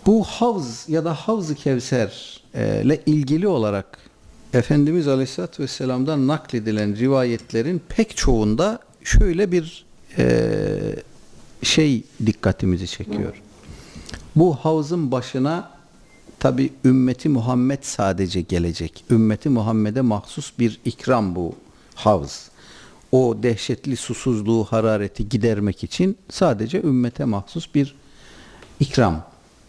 Bu havz ya da Havz-ı Kevser ile ilgili olarak Efendimiz Aleyhisselatü Vesselam'dan nakledilen rivayetlerin pek çoğunda şöyle bir şey dikkatimizi çekiyor. Bu havzın başına tabi ümmeti Muhammed sadece gelecek. Ümmeti Muhammed'e mahsus bir ikram bu havz. O dehşetli susuzluğu, harareti gidermek için sadece ümmete mahsus bir ikram.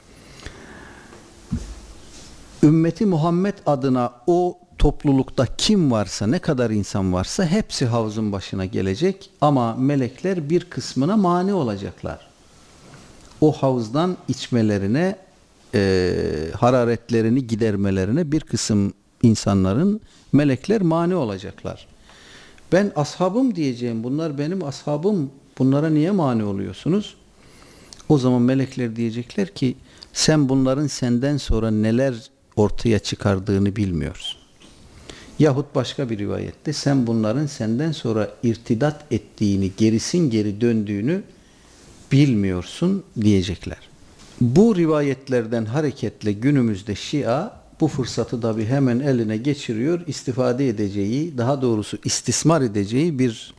Ümmeti Muhammed adına o toplulukta kim varsa, ne kadar insan varsa hepsi havzın başına gelecek ama melekler bir kısmına mani olacaklar. O havuzdan içmelerine, hararetlerini gidermelerine bir kısım insanların melekler mani olacaklar. Ben ashabım diyeceğim, bunlar benim ashabım, bunlara niye mani oluyorsunuz? O zaman melekler diyecekler ki sen bunların senden sonra neler ortaya çıkardığını bilmiyorsun. Yahut başka bir rivayette sen bunların senden sonra irtidat ettiğini, gerisin geri döndüğünü bilmiyorsun diyecekler. Bu rivayetlerden hareketle günümüzde Şia bu fırsatı da bir hemen eline geçiriyor, istifade edeceği, daha doğrusu istismar edeceği bir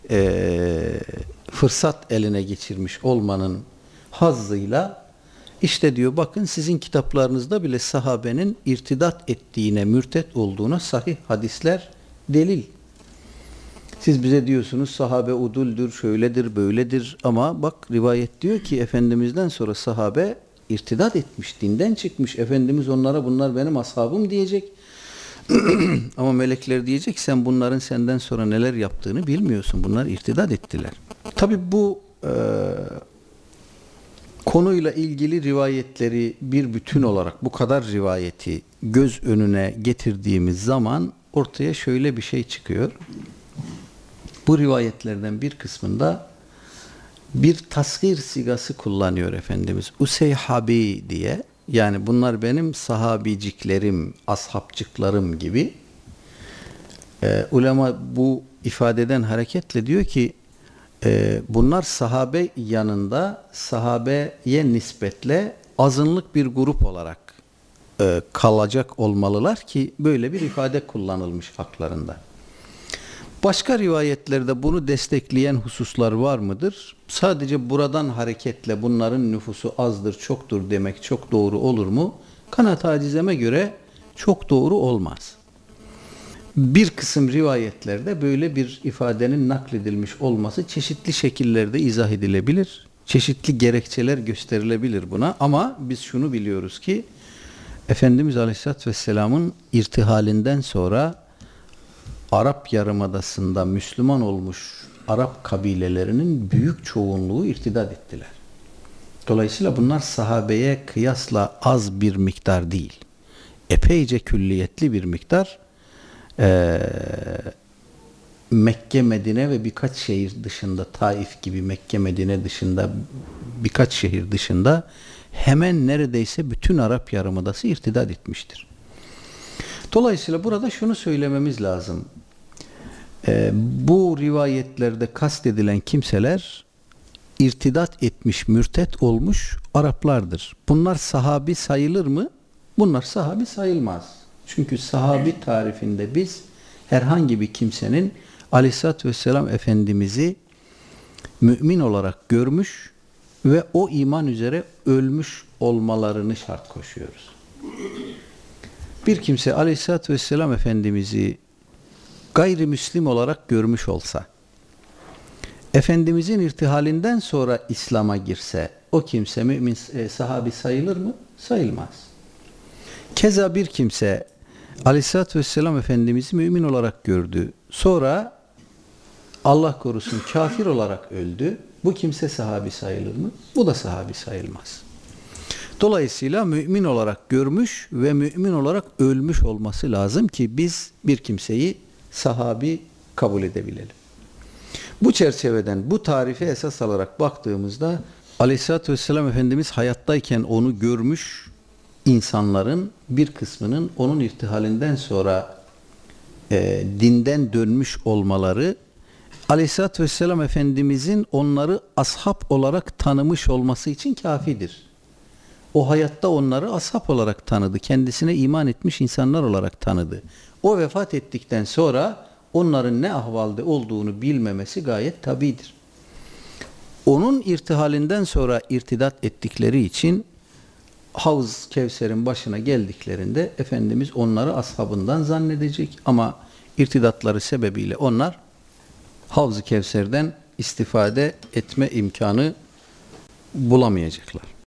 fırsat eline geçirmiş olmanın hazzıyla işte diyor bakın sizin kitaplarınızda bile sahabenin irtidat ettiğine, mürtet olduğuna sahih hadisler delil. Siz bize diyorsunuz sahabe uduldür, şöyledir, böyledir ama bak rivayet diyor ki Efendimiz'den sonra sahabe irtidat etmiş, dinden çıkmış. Efendimiz onlara bunlar benim ashabım diyecek. Ama melekler diyecek sen bunların senden sonra neler yaptığını bilmiyorsun. Bunlar irtidat ettiler. Tabi bu konuyla ilgili rivayetleri bir bütün olarak bu kadar rivayeti göz önüne getirdiğimiz zaman ortaya şöyle bir şey çıkıyor. Bu rivayetlerden bir kısmında bir tasgir sigası kullanıyor Efendimiz. Useyhabi diye. Yani bunlar benim sahabiciklerim, ashabcıklarım gibi. Ulema bu ifadeden hareketle diyor ki bunlar sahabe yanında sahabeye nispetle azınlık bir grup olarak kalacak olmalılar ki böyle bir ifade kullanılmış haklarında. Başka rivayetlerde bunu destekleyen hususlar var mıdır? Sadece buradan hareketle bunların nüfusu azdır, çoktur demek çok doğru olur mu? Kanaat acizeme göre çok doğru olmaz. Bir kısım rivayetlerde böyle bir ifadenin nakledilmiş olması çeşitli şekillerde izah edilebilir. Çeşitli gerekçeler gösterilebilir buna ama biz şunu biliyoruz ki Efendimiz Aleyhisselatü Vesselam'ın irtihalinden sonra Arap Yarımadası'nda Müslüman olmuş Arap kabilelerinin büyük çoğunluğu irtidat ettiler. Dolayısıyla bunlar sahabeye kıyasla az bir miktar değil. Epeyce külliyetli bir miktar Mekke, Medine ve birkaç şehir dışında Taif gibi Mekke, Medine dışında birkaç şehir dışında hemen neredeyse bütün Arap Yarımadası irtidat etmiştir. Dolayısıyla burada şunu söylememiz lazım. Bu rivayetlerde kastedilen kimseler irtidat etmiş, mürtet olmuş Araplardır. Bunlar sahabi sayılır mı? Bunlar sahabi sayılmaz. Çünkü sahabi tarifinde biz herhangi bir kimsenin Aleyhisselatü Vesselam Efendimiz'i mümin olarak görmüş ve o iman üzere ölmüş olmalarını şart koşuyoruz. Bir kimse Aleyhisselatü Vesselam Efendimiz'i gayrimüslim olarak görmüş olsa, Efendimizin irtihalinden sonra İslam'a girse, o kimse mümin sahabi sayılır mı? Sayılmaz. Keza bir kimse Aleyhisselatü Vesselam Efendimiz'i mümin olarak gördü, sonra Allah korusun kafir olarak öldü, bu kimse sahabi sayılır mı? Bu da sahabi sayılmaz. Dolayısıyla mümin olarak görmüş ve mümin olarak ölmüş olması lazım ki biz bir kimseyi sahabi kabul edebilelim. Bu çerçeveden bu tarife esas alarak baktığımızda Aleyhisselatü Vesselam Efendimiz hayattayken onu görmüş insanların bir kısmının onun irtihalinden sonra dinden dönmüş olmaları Aleyhisselatü Vesselam Efendimizin onları ashab olarak tanımış olması için kafidir. O hayatta onları ashab olarak tanıdı. Kendisine iman etmiş insanlar olarak tanıdı. O vefat ettikten sonra onların ne ahvalde olduğunu bilmemesi gayet tabidir. Onun irtihalinden sonra irtidat ettikleri için Havz Kevser'in başına geldiklerinde Efendimiz onları ashabından zannedecek ama irtidatları sebebiyle onlar Havz-ı Kevser'den istifade etme imkanı bulamayacaklar.